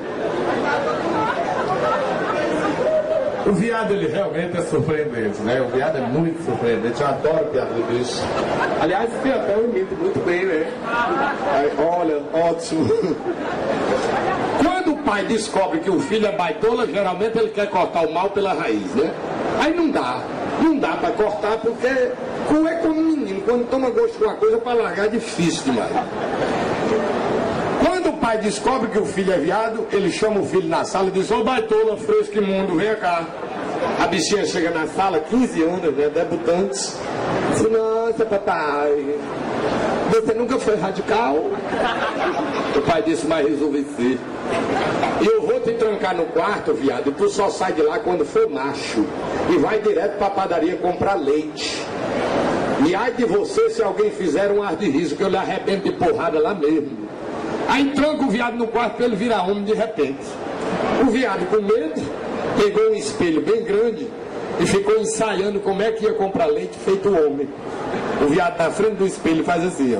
o viado, ele realmente é surpreendente, né? O viado é muito surpreendente, eu adoro piada de bicho. Aliás, tem até um imito muito bem, né? Aí, olha, ótimo. Quando o pai descobre que o filho é baitola, geralmente ele quer cortar o mal pela raiz, né? Aí não dá pra cortar porque é como menino, quando toma gosto de uma coisa pra largar é difícil demais. Quando o pai descobre que o filho é viado, ele chama o filho na sala e diz, ô baitola, fresco imundo, vem cá. A bichinha chega na sala, 15 anos, né, debutantes. Diz, nossa, papai, você nunca foi radical? O pai disse, mas resolvi ser. E eu vou te trancar no quarto, viado, e tu só sai de lá quando for macho. E vai direto pra padaria comprar leite. E ai de você se alguém fizer um ar de riso, que eu lhe arrebento de porrada lá mesmo. Aí tranca o viado no quarto para ele virar homem de repente. O viado, com medo, pegou um espelho bem grande e ficou ensaiando como é que ia comprar leite feito homem. O viado na frente do espelho faz assim, ó.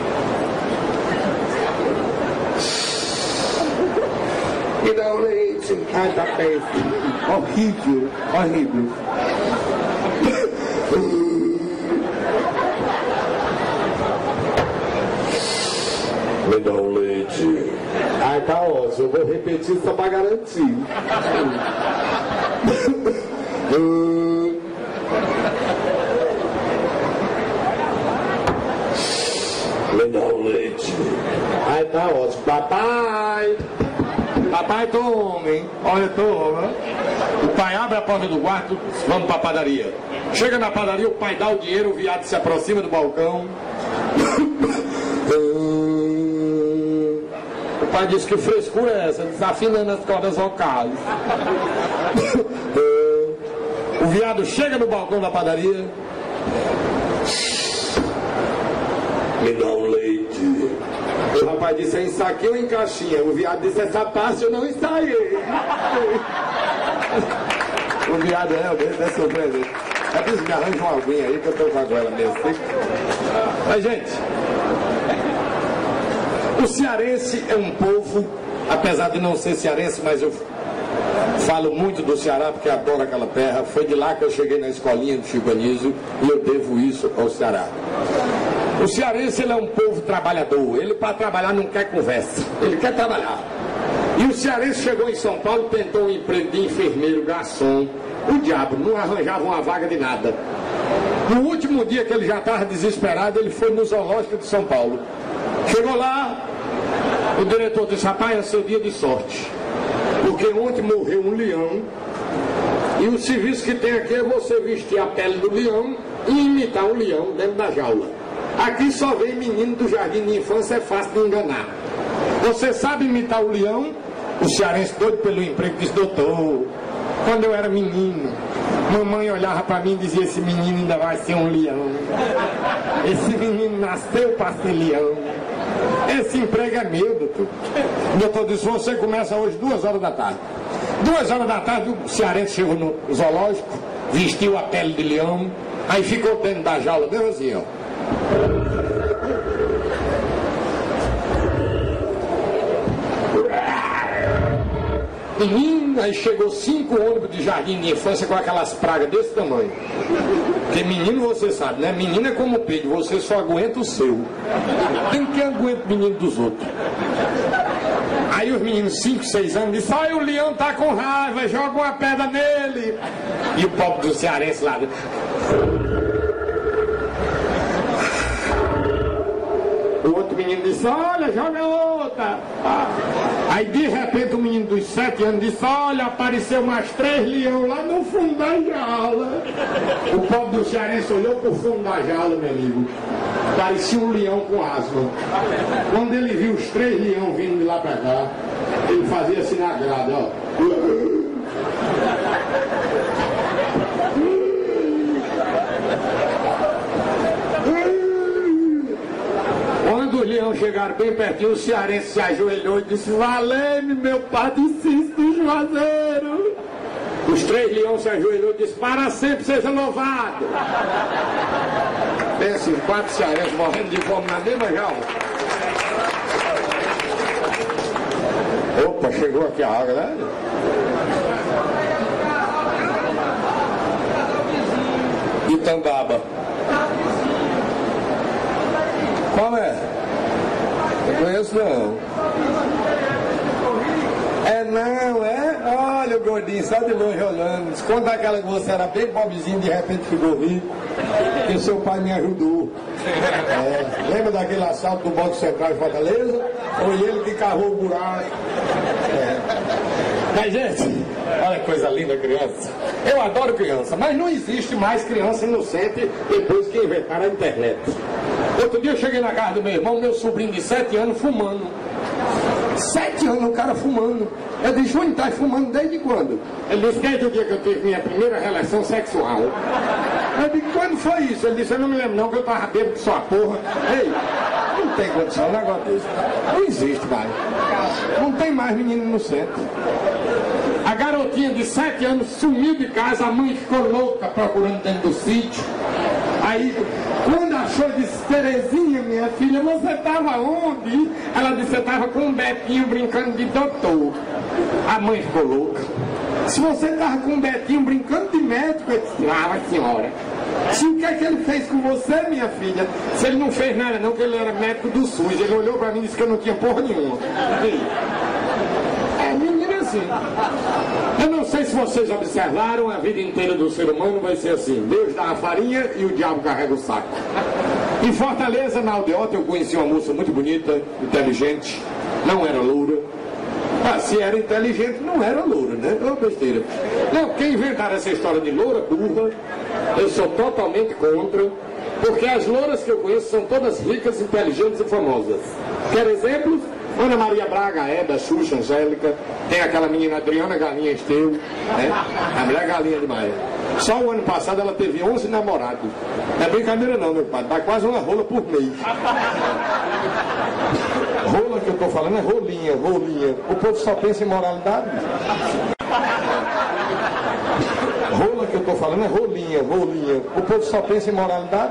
Me dá um leite. Ai, tá péssimo. Horrível, horrível. Me dá um leite. Ai, tá ótimo. Eu vou repetir só pra garantir. Me dá um leite. Ai, tá ótimo. Papai! Papai, toma, hein? Olha, toma. O pai abre a porta do quarto, vamos pra padaria. Chega na padaria, o pai dá o dinheiro, o viado se aproxima do balcão. O pai diz, que frescura é essa? Desafinando as cordas vocais. O viado chega no balcão da padaria. Me dá um leite. O rapaz disse, é em saquinho ou em caixinha? O viado disse, essa parte eu não ensaiei. O viado é surpreendente. É que me arranja uma aguinha aí que eu tô com a goela mesmo. Mas, gente, o cearense é um povo, apesar de não ser cearense, mas eu falo muito do Ceará porque adoro aquela terra. Foi de lá que eu cheguei na escolinha do Chico Anísio e eu devo isso ao Ceará. O cearense, ele é um povo trabalhador. Ele, para trabalhar, não quer conversa. Ele quer trabalhar. E o cearense chegou em São Paulo, tentou um emprego de enfermeiro, garçom. O diabo, não arranjava uma vaga de nada. No último dia que ele já estava desesperado, ele foi no zoológico de São Paulo. Chegou lá, o diretor disse, rapaz, é seu dia de sorte. Porque ontem morreu um leão. E o serviço que tem aqui é você vestir a pele do leão e imitar o leão dentro da jaula. Aqui só vem menino do jardim de infância, é fácil de enganar. Você sabe imitar o leão? O cearense doido pelo emprego disse, doutor, quando eu era menino, mamãe olhava para mim e dizia, esse menino ainda vai ser um leão. Esse menino nasceu para ser leão. Esse emprego é meu, doutor. O doutor disse, você começa hoje 2 horas da tarde. 2 horas da tarde o cearense chegou no zoológico, vestiu a pele de leão, aí ficou dentro da jaula, bem assim, ó. Menino, aí chegou 5 ônibus de jardim de infância com aquelas pragas desse tamanho. Porque menino você sabe, né? Menino é como o Pedro, você só aguenta o seu. Tem que aguentar o menino dos outros. Aí os meninos 5, 6 anos dizem, ai, o leão tá com raiva, joga uma pedra nele. E o pobre do cearense lá. O outro menino disse, olha, joga outra. Aí de repente o menino dos 7 anos disse: olha, apareceu mais 3 leões lá no fundo da jaula. O pobre do cearense olhou pro fundo da jaula, meu amigo. Parecia um leão com asma. Quando ele viu os 3 leões vindo de lá pra cá, ele fazia assim na grade, ó. Quando os leões chegaram bem pertinho, o cearense se ajoelhou e disse: valeu-me, meu Padre Cícero Juazeiro. Os 3 leões se ajoelhou e disse: para sempre seja louvado. Pense, 4 cearenses morrendo de fome na mesma jaula. Opa, chegou aqui a água, né? Itambaba. Qual é? Não conheço não. É não, é? Olha o gordinho, só de longe olhando. Desconta aquela que você era bem pobrezinho, de repente ficou rico. E o seu pai me ajudou. É, lembra daquele assalto do Banco Central de Fortaleza? Foi ele que cavou o buraco. É. Mas, gente, olha que coisa linda, criança. Eu adoro criança, mas não existe mais criança inocente depois que inventaram a internet. Outro dia eu cheguei na casa do meu irmão, meu sobrinho de 7 anos, fumando. 7 anos o cara fumando. Eu disse: onde tá fumando desde quando? Ele disse: desde o dia que eu tive minha primeira relação sexual. Eu disse: quando foi isso? Ele disse: eu não me lembro não, que eu tava bêbado de sua porra. Ei, não tem condição, um negócio desse. Não existe mais. Não tem mais menino inocente. A garotinha de 7 anos sumiu de casa, a mãe ficou louca procurando dentro do sítio. Aí, quando achou, disse: Terezinha, minha filha, você estava onde? Ela disse: eu estava com um Betinho brincando de doutor. A mãe ficou louca. Se você estava com um Betinho brincando de médico, eu disse: ah, senhora. Se o que é que ele fez com você, minha filha? Se ele não fez nada não, que ele era médico do SUS. Ele olhou para mim e disse que eu não tinha porra nenhuma. É, menina, assim. Eu não sei se vocês observaram, a vida inteira do ser humano vai ser assim: Deus dá a farinha e o diabo carrega o saco. Em Fortaleza, na aldeota, eu conheci uma moça muito bonita, inteligente, não era loura. Ah, se era inteligente, não era loura, né? É uma besteira. Não, quem inventaram essa história de loura burra, eu sou totalmente contra, porque as louras que eu conheço são todas ricas, inteligentes e famosas. Quer exemplos? Ana Maria Braga, Eda, Xuxa, Angélica, tem aquela menina Adriana Galinha Esteu, né? A mulher galinha demais. Só o ano passado ela teve 11 namorados. Não é brincadeira não, meu pai, dá quase uma rola por mês. Rola que eu tô falando é rolinha, rolinha. O povo só pensa em moralidade. Rola que eu tô falando é rolinha, rolinha. O povo só pensa em moralidade.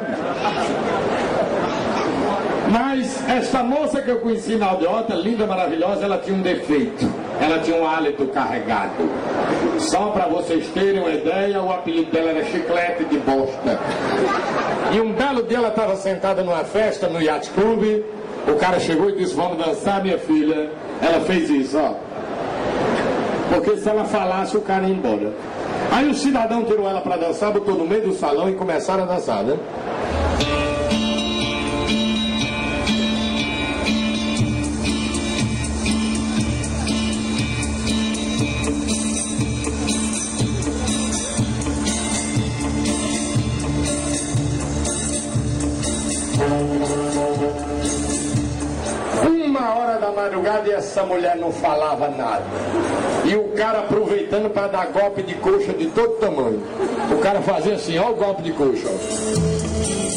Mas essa moça que eu conheci na aldeota, linda, maravilhosa, ela tinha um defeito. Ela tinha um hálito carregado. Só para vocês terem uma ideia, o apelido dela era Chiclete de Bosta. E um belo dia ela estava sentada numa festa no Yacht Club. O cara chegou e disse: vamos dançar, minha filha. Ela fez isso, ó. Porque se ela falasse, o cara ia embora. Aí o cidadão tirou ela para dançar, botou no meio do salão e começaram a dançar, né? Madrugada, e essa mulher não falava nada. E o cara aproveitando para dar golpe de coxa de todo tamanho. O cara fazia assim, ó o golpe de coxa, ó.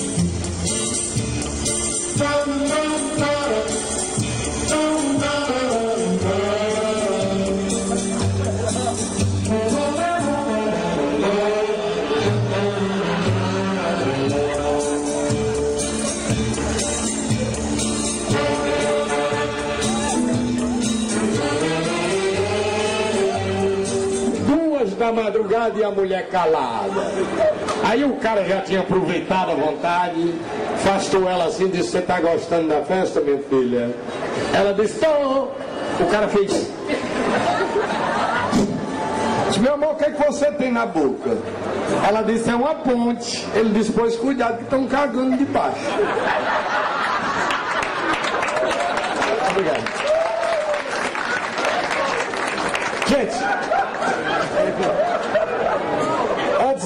Da madrugada e a mulher calada. Aí o cara já tinha aproveitado a vontade, afastou ela assim e disse: você tá gostando da festa, minha filha? Ela disse: tô. O cara fez: disse: meu amor, o que é que você tem na boca? Ela disse: é uma ponte. Ele disse: pois cuidado que estão cagando de baixo. Obrigado.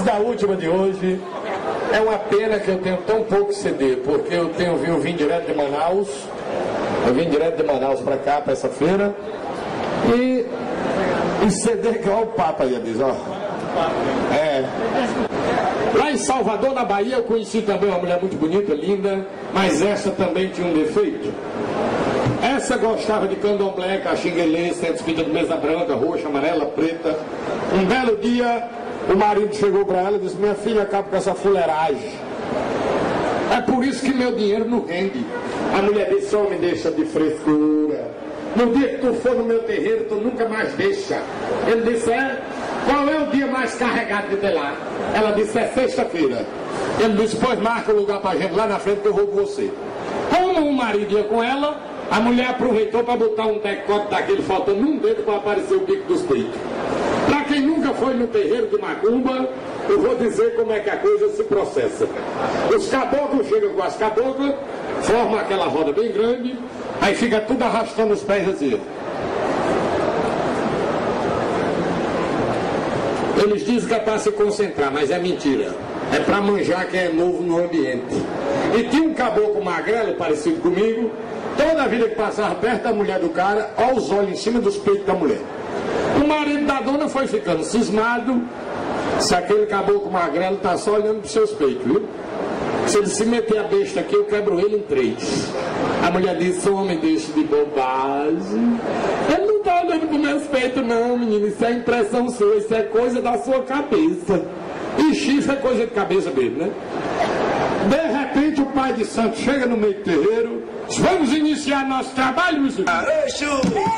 da última de hoje, é uma pena que eu tenho tão pouco CD, porque eu vim direto de Manaus, para cá, para essa feira, e CD que é o Papa ia dizer, ó. Lá em Salvador, na Bahia, eu conheci também uma mulher muito bonita, linda, mas essa também tinha um defeito. Essa gostava de candomblé, caxinguelê, centro-espírita de mesa branca, roxa, amarela, preta. Um belo dia, o marido chegou para ela e disse: minha filha, acaba com essa fuleiragem. É por isso que meu dinheiro não rende. A mulher disse: homem, deixa de frescura. No dia que tu for no meu terreiro, tu nunca mais deixa. Ele disse: qual é o dia mais carregado de ter lá? Ela disse: é sexta-feira. Ele disse: pois marca o lugar pra gente lá na frente que eu vou com você. Como o marido ia com ela, a mulher aproveitou para botar um decote daquele faltando um dedo para aparecer o bico dos peitos. Para quem nunca foi no terreiro de macumba, eu vou dizer como é que a coisa se processa. Os caboclos chegam com as caboclas, formam aquela roda bem grande, aí fica tudo arrastando os pés assim. Eles dizem que é para se concentrar, mas é mentira. É para manjar quem é novo no ambiente. E tinha um caboclo magrelo, parecido comigo, toda a vida que passava perto da mulher do cara, olha os olhos em cima dos peitos da mulher. O marido da dona foi ficando cismado, se aquele caboclo magrelo está só olhando para os seus peitos, viu? Se ele se meter a besta aqui, eu quebro ele em 3. A mulher disse: homem, deixa de bobagem. Ele não está olhando para os meus peitos não, menino, isso é impressão sua, isso é coisa da sua cabeça. E chifre é coisa de cabeça mesmo, né? De repente o pai de santo chega no meio do terreiro: vamos iniciar nosso trabalho, meus irmãos.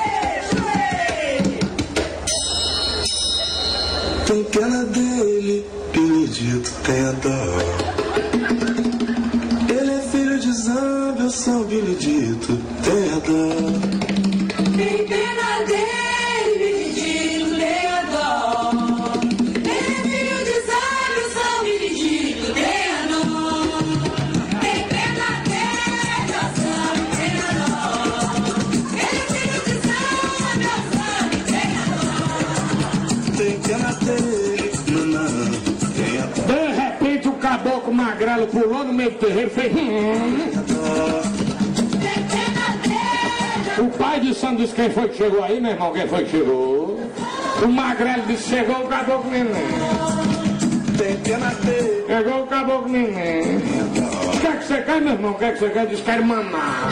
Tem pena dele, Benedito tem a dó. Ele é filho de Zambia, São Benedito tem a dó. Tem pena dele, Benedito tem a dó. Ele é filho de Zambia, São Benedito tem a dó. Tem pena dele, São tem a dó. Ele é filho de Zambia, São tem a dó. Tem pena dele, não, tem a dó. De repente o caboclo magrelo pulou no meio do terreiro e fez O pai de santo disse: quem foi que chegou aí, meu irmão? Quem foi que chegou? O magrelo disse: chegou o caboclo neném. Tem pena dele. Chegou o caboclo neném. O que é que você quer, meu irmão? O que é que você quer? Diz: quero mamar.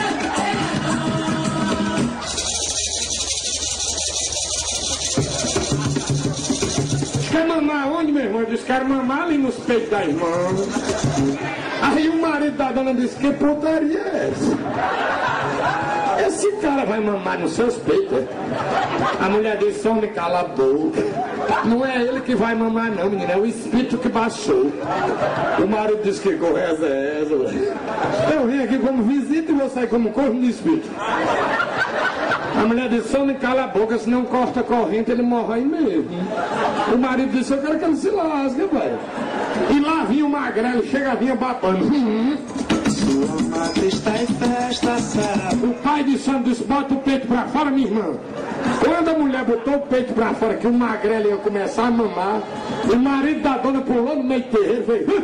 Quer mamar onde, meu irmão? Eu disse: quero mamar ali nos peitos da irmã. Aí o marido da dona disse: que putaria é essa? Esse cara vai mamar nos seus peitos. A mulher disse: homem, cala a boca. Não é ele que vai mamar não, menina, é o espírito que baixou. O marido disse: que correza é essa? Eu vim aqui como visita e vou sair como corno de espírito. A mulher disse: homem, cala a boca, se não corta a corrente ele morre aí mesmo. O marido disse: eu quero que ele se lasque, velho. E lá vinha o magrelo, chega, vinha babando. Sua mata está em festa, Sara. O pai de santo disse: bota o peito pra fora, minha irmã. Quando a mulher botou o peito pra fora, que o magrelo ia começar a mamar, o marido da dona pulou no meio do terreiro e fez: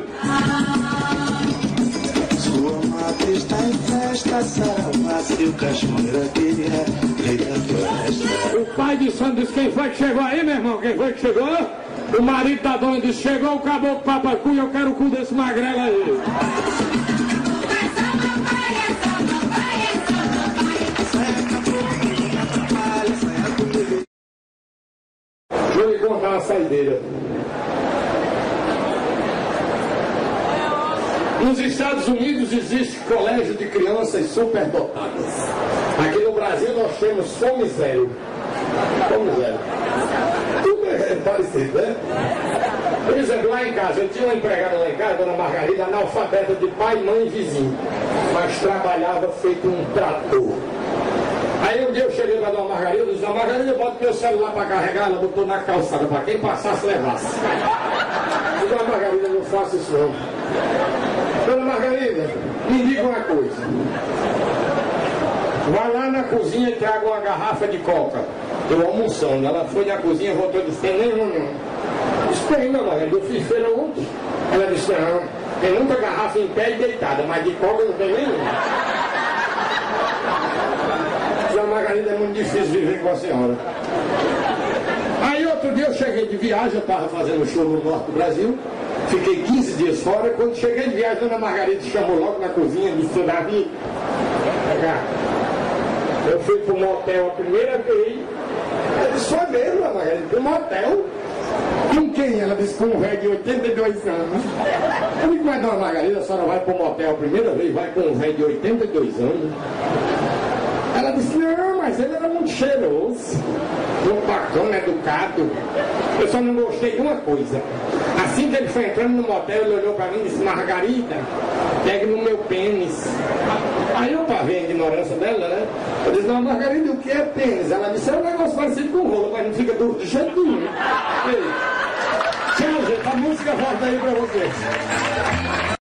sua mata está em festa, Sara. Mas se o cachoeira dele é rei da floresta. O pai de santo disse: quem foi que chegou aí, meu irmão? Quem foi que chegou? O marido da dona disse: chegou o caboclo papacu e eu quero o cu desse magrelo aí. Deixa eu lhe contar uma saideira. Nos Estados Unidos existe colégio de crianças superdotadas. Aqui no Brasil nós temos fome zero. Fome zero. Tudo é parecido, né? Por exemplo, lá em casa, eu tinha uma empregada lá em casa, dona Margarida, analfabeta de pai, mãe e vizinho, mas trabalhava feito um trator. Aí um dia eu cheguei para a dona Margarida e disse: dona Margarida, bota meu celular para carregar. Ela botou na calçada, para quem passasse levasse. E dona Margarida, não faça isso não. Dona Margarida, me diga uma coisa. Vá lá na cozinha e traga uma garrafa de coca. Eu almoçando. Ela foi na cozinha, voltou e disse: não. Disse: Tem, não, Margarida, eu fiz feira ontem. Ela disse, não, tem muita garrafa em pé e deitada, mas de cobre não tem nenhuma. Já Margarida, é muito difícil viver com a senhora. Aí outro dia eu cheguei de viagem, eu estava fazendo show no norte do Brasil, fiquei 15 dias fora, quando cheguei de viagem, a dona Margarida chamou logo na cozinha e disse, Davi, eu fui pro motel a primeira vez. ela disse, foi mesmo, dona Margarida, pro motel? Com quem? Ela disse, com um velho de 82 anos. Eu disse, mas dona Margarida, a senhora vai pro motel a primeira vez, vai com um velho de 82 anos? Ela disse, não, mas ele era muito cheiroso, muito bacana, educado. Eu só não gostei de uma coisa. Assim que ele foi entrando no motel, ele olhou pra mim e disse, Margarida, pegue no meu pênis. Aí eu, pra ver a ignorância dela, né? Eu disse, não, Margarida, o que é pênis? Ela disse, é um negócio parecido com rolo, mas não fica duro de jeito nenhum. Tchau, gente, a música volta aí pra vocês.